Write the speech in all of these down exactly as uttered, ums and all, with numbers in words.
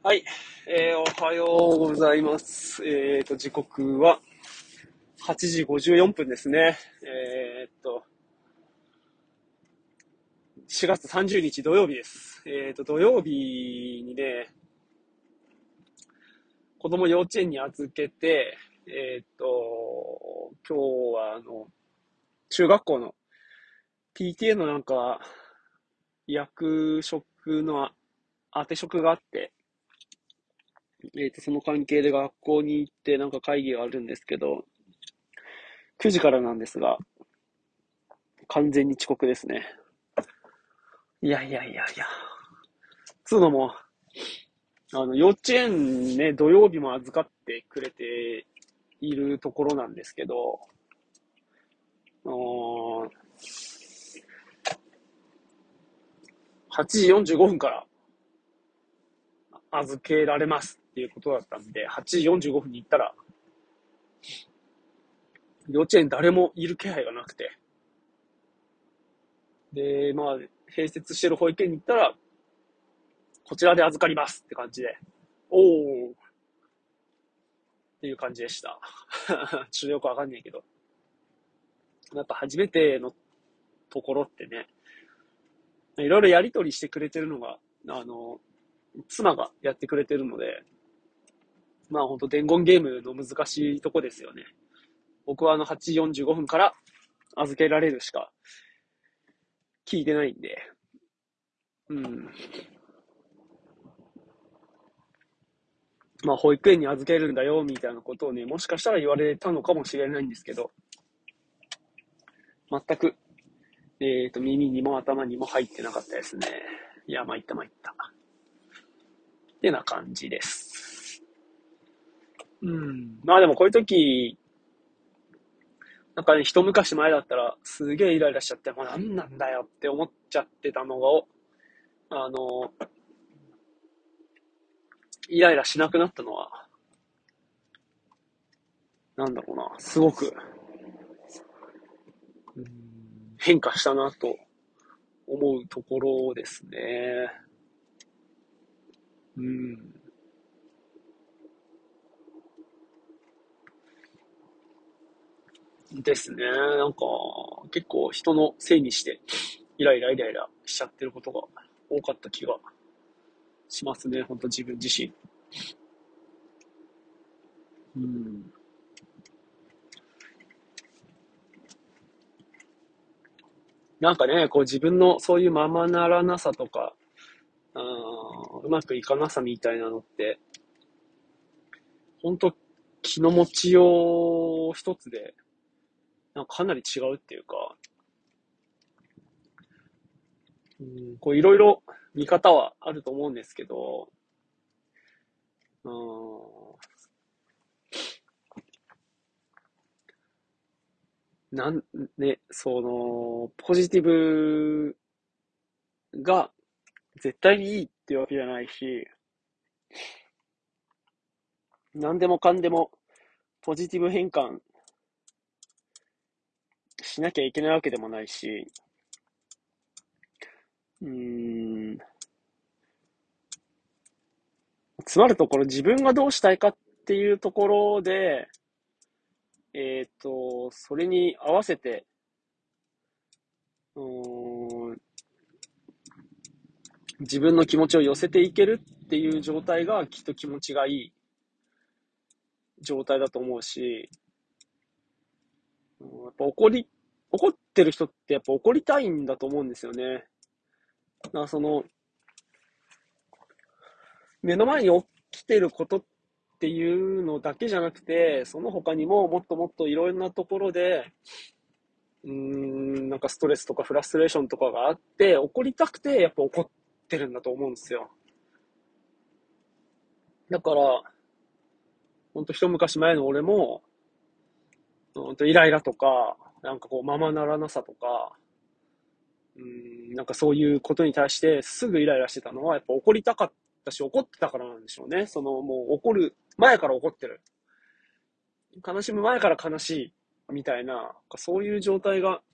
はい、えー、おはようございます。えーと、時刻ははちじごじゅうよんぷんですね。えーと、しがつさんじゅうにち土曜日です。えーと、土曜日にね、子供幼稚園に預けて、えーと、今日はあの、中学校の ピーティーエー のなんか、役職の当て職があって、えーと、その関係で学校に行ってなんか会議があるんですけど、くじからなんですが、完全に遅刻ですね。いやいやいやいや。つうのも、あの、幼稚園ね、土曜日も預かってくれているところなんですけど、あのーはちじよんじゅうごふんから預けられますっていうことだったんで、はちじよんじゅうごふんに行ったら、幼稚園誰もいる気配がなくて、で、まあ、併設してる保育園に行ったら、こちらで預かりますって感じで、おーっていう感じでした。ちょっとよくわかんないけど。やっぱ初めてのところってね、いろいろやりとりしてくれてるのが、あの、妻がやってくれてるので、まあほんと伝言ゲームの難しいとこですよね。僕はあのはちじよんじゅうごふんから預けられるしか聞いてないんで、うん。まあ保育園に預けるんだよ、みたいなことをね、もしかしたら言われたのかもしれないんですけど、全く、えっと、耳にも頭にも入ってなかったですね。いや、参った参った。ってな感じです。うん。まあでもこういう時、なんかね、一昔前だったら、すげえイライラしちゃって、もうなんなんだよって思っちゃってたのを、あの、イライラしなくなったのは、なんだろうな、すごく、うん、変化したなと思うところですね。うん。ですね。なんか、結構人のせいにして、イライライライラしちゃってることが多かった気がしますね。ほんと自分自身。うん。なんかね、こう自分のそういうままならなさとか、あーうまくいかなさみたいなのって、ほんと気の持ちよう一つで、なんかかなり違うっていうか、うん、こういろいろ見方はあると思うんですけど、うん、なんね、その、ポジティブが絶対にいいっていうわけじゃないし、何でもかんでもポジティブ変換しなきゃいけないわけでもないし、うーん、つまるところ自分がどうしたいかっていうところで、えっと、それに合わせて、うーん、自分の気持ちを寄せていけるっていう状態がきっと気持ちがいい状態だと思うし、うん、やっぱ怒り、怒ってる人ってやっぱ怒りたいんだと思うんですよね。だからその、目の前に起きてることっていうのだけじゃなくて、その他にももっともっといろんなところで、うーん、なんかストレスとかフラストレーションとかがあって、怒りたくてやっぱ怒ってるんだと思うんですよ。だから、ほんと一昔前の俺も、ほんとイライラとか、なんかこうままならなさとか、うーん、なんかそういうことに対してすぐイライラしてたのは、やっぱ怒りたかったし、怒ってたからなんでしょうね。そのもう怒る前から怒ってる。悲しむ前から悲しい。みたいな、そういう状態が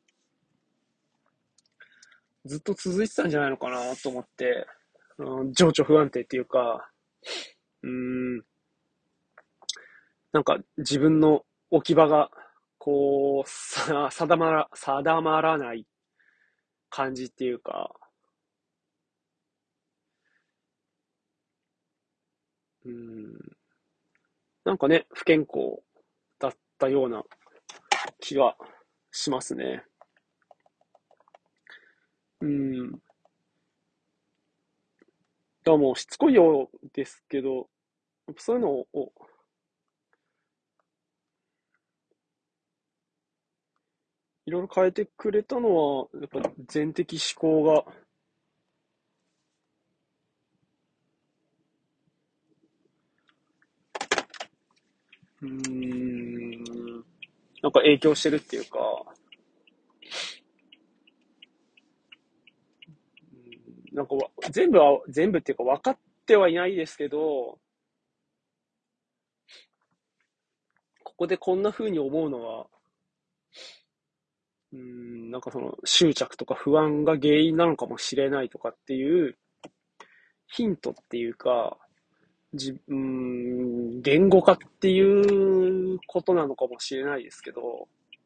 ずっと続いてたんじゃないのかなと思って、うん、情緒不安定っていうか、 うーん、なんか自分の置き場が、こう、さ、定まら、定まらない感じっていうか、うーん、なんかね、不健康だったような気がしますね。うん。だからもうしつこいようですけど、やっぱそういうのをいろいろ変えてくれたのは、やっぱ全的思考が、うーん、なんか影響してるっていうか、なんかわ全部は、全部っていうか分かってはいないですけど、ここでこんな風に思うのは、うーん、なんかその執着とか不安が原因なのかもしれないとかっていうヒントっていうか、じ、うーん、言語化っていうことなのかもしれないですけど、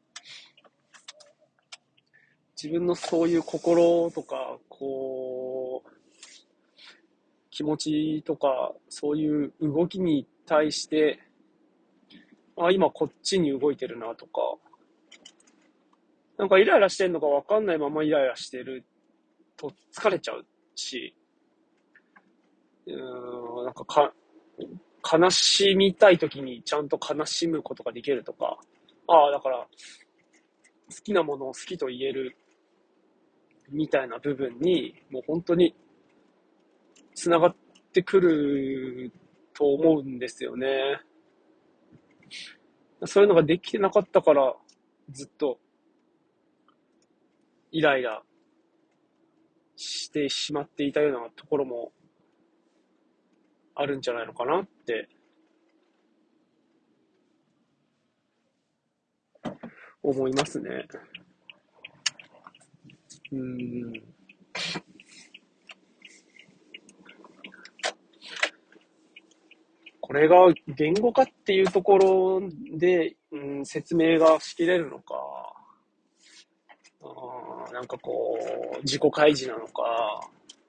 自分のそういう心とか、こう、気持ちとか、そういう動きに対して、あ、今こっちに動いてるなとか、なんかイライラしてんのかわかんないままイライラしてると疲れちゃうし、うーん、なんかか、悲しみたい時にちゃんと悲しむことができるとか、ああ、だから好きなものを好きと言えるみたいな部分に、もう本当に繋がってくると思うんですよね。そういうのができてなかったから、ずっとイライラしてしまっていたようなところもあるんじゃないのかなって思いますね。うん。これが言語化っていうところで、うん、説明がしきれるのか、あなんかこう、自己開示なのか、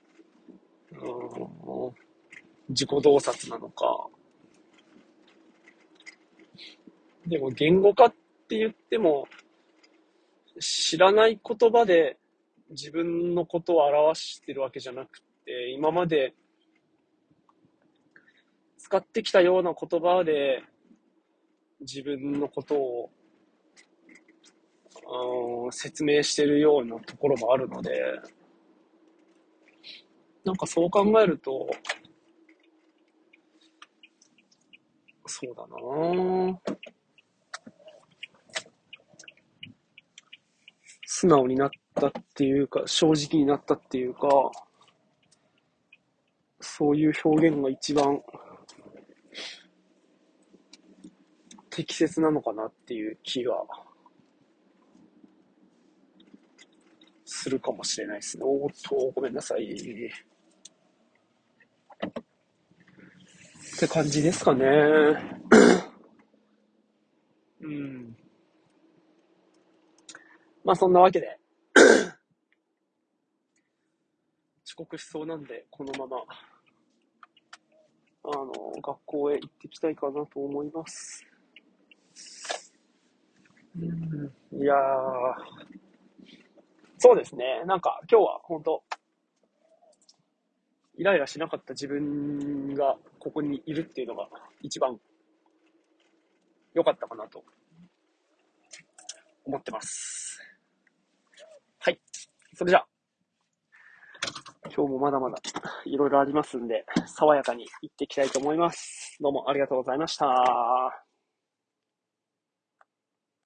うん、自己洞察なのか。でも言語化って言っても、知らない言葉で自分のことを表してるわけじゃなくて、今まで使ってきたような言葉で自分のことを、うん、説明してるようなところもあるので、なんかそう考えると、そうだなぁ。素直になったっていうか、正直になったっていうか、そういう表現が一番適切なのかなっていう気がするかもしれないですね。おーっと、ごめんなさい。って感じですかね。うん。まあそんなわけで、遅刻しそうなんで、このまま、あの、学校へ行ってきたいかなと思います。うん、いやー、そうですね。なんか今日は本当イライラしなかった自分がここにいるっていうのが一番良かったかなと思ってます。はい。それじゃあ、今日もまだまだいろいろありますんで、爽やかに行っていきたいと思います。どうもありがとうございました。